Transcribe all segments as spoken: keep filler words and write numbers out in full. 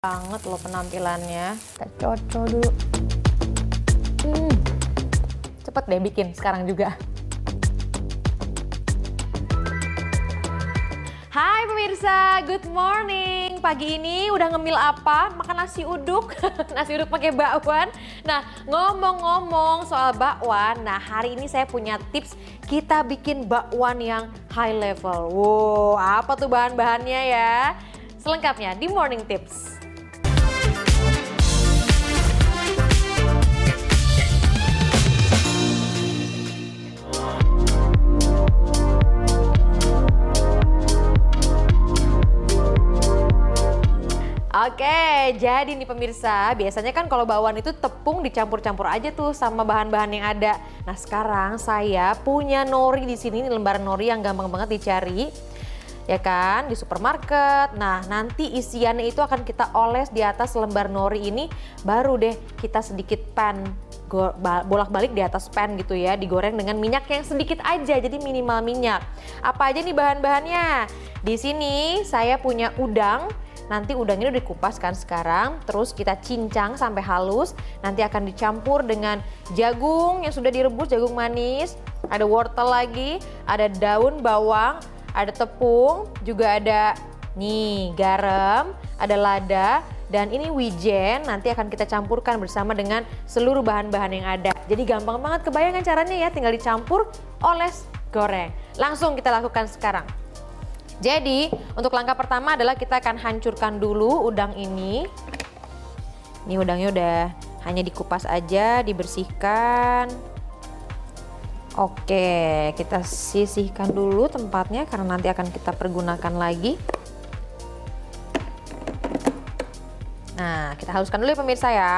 banget loh penampilannya. Kita cocok dulu. Hmm. Cepet deh bikin sekarang juga. Hai pemirsa, good morning. Pagi ini udah ngemil apa? Makan nasi uduk, nasi uduk pakai bakwan. Nah, ngomong-ngomong soal bakwan, nah hari ini saya punya tips kita bikin bakwan yang high level. Wow, apa tuh bahan-bahannya ya? Selengkapnya di Morning Tips. Oke, jadi nih pemirsa, biasanya kan kalau bakwan itu tepung dicampur-campur aja tuh sama bahan-bahan yang ada. Nah sekarang saya punya nori di sini, ini lembaran nori yang gampang banget dicari, ya kan, di supermarket. Nah nanti isiannya itu akan kita oles di atas lembar nori ini, baru deh kita sedikit pan, bolak-balik di atas pan gitu ya, digoreng dengan minyak yang sedikit aja, jadi minimal minyak. Apa aja nih bahan-bahannya? Di sini saya punya udang. Nanti udangnya udah dikupas kan sekarang, terus kita cincang sampai halus. Nanti akan dicampur dengan jagung yang sudah direbus, jagung manis. Ada wortel lagi, ada daun bawang, ada tepung, juga ada nih garam, ada lada, dan ini wijen. Nanti akan kita campurkan bersama dengan seluruh bahan-bahan yang ada. Jadi gampang banget, kebayangkan caranya ya, tinggal dicampur, oles, goreng. Langsung kita lakukan sekarang. Jadi untuk langkah pertama adalah kita akan hancurkan dulu udang ini. Ini udangnya udah hanya dikupas aja, dibersihkan. Oke, kita sisihkan dulu tempatnya karena nanti akan kita pergunakan lagi. Nah, kita haluskan dulu ya pemirsa ya.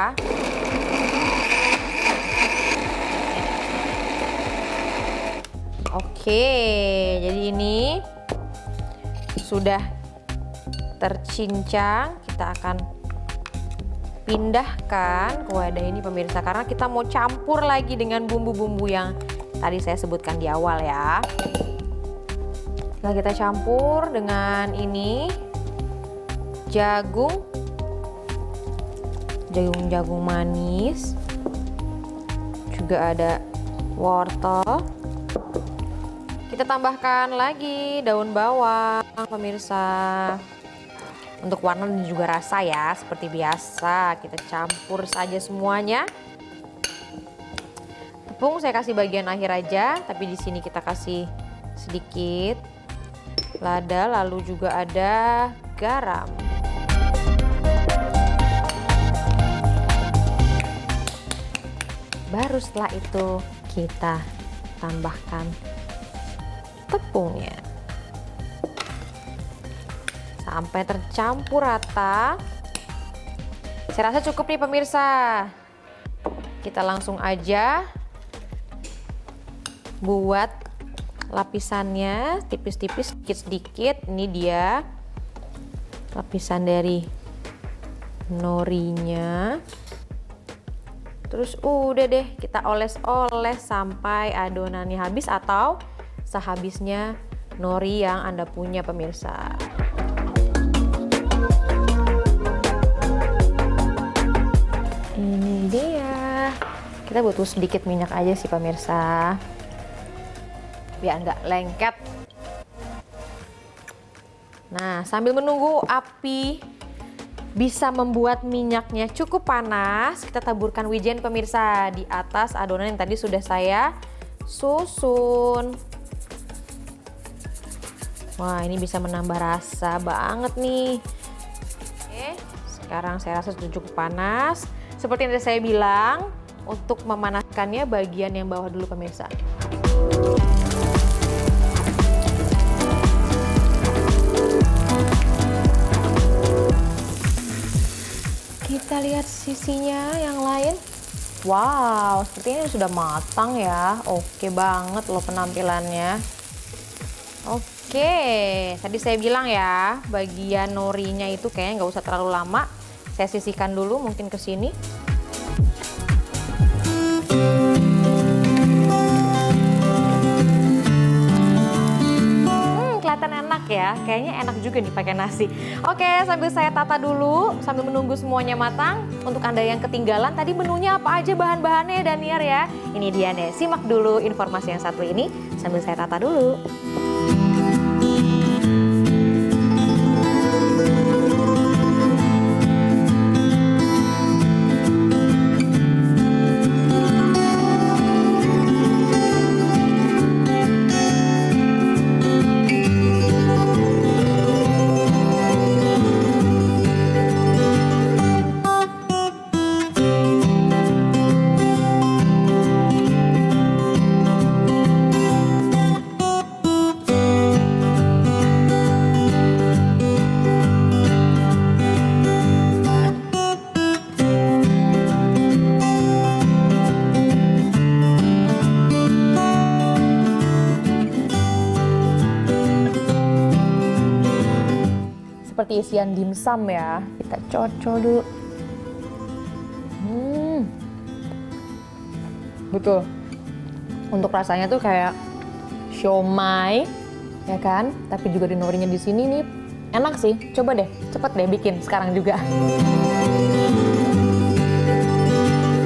Oke, jadi ini sudah tercincang, kita akan pindahkan ke wadah ini pemirsa, karena kita mau campur lagi dengan bumbu-bumbu yang tadi saya sebutkan di awal ya. Setelah kita campur dengan ini jagung, jagung-jagung manis, juga ada wortel. Kita tambahkan lagi daun bawang pemirsa. Untuk warna dan juga rasa ya, seperti biasa kita campur saja semuanya. Tepung saya kasih bagian akhir aja, tapi di sini kita kasih sedikit lada, lalu juga ada garam. Baru setelah itu kita tambahkan tepungnya sampai tercampur rata. Saya rasa cukup nih pemirsa. Kita langsung aja buat lapisannya tipis-tipis, sedikit-sedikit. Ini dia lapisan dari norinya. Terus udah deh kita oles-oles sampai adonannya habis atau sehabisnya nori yang Anda punya pemirsa. Ini dia. Kita butuh sedikit minyak aja sih pemirsa, biar nggak lengket. Nah, sambil menunggu api bisa membuat minyaknya cukup panas, kita taburkan wijen pemirsa di atas adonan yang tadi sudah saya susun. Wah, ini bisa menambah rasa banget nih. Oke, sekarang saya rasa sudah cukup panas. Seperti yang tadi saya bilang, untuk memanaskannya bagian yang bawah dulu pemirsa. Kita lihat sisinya yang lain. Wow, sepertinya sudah matang ya. Oke banget loh penampilannya. Oke, tadi saya bilang ya, bagian norinya itu kayaknya nggak usah terlalu lama. Saya sisihkan dulu mungkin ke sini. Hmm, kelihatan kelihatan enak ya. Kayaknya enak juga nih pakai nasi. Oke, sambil saya tata dulu, sambil menunggu semuanya matang. Untuk Anda yang ketinggalan, tadi menunya apa aja bahan-bahannya Daniar ya. Ini dia nih, simak dulu informasi yang satu ini sambil saya tata dulu. Seperti isian dimsum ya, kita cocol dulu. Hmm, betul. Untuk rasanya tuh kayak siomay, ya kan? Tapi juga di norinya di sini nih enak sih. Coba deh, cepet deh bikin sekarang juga.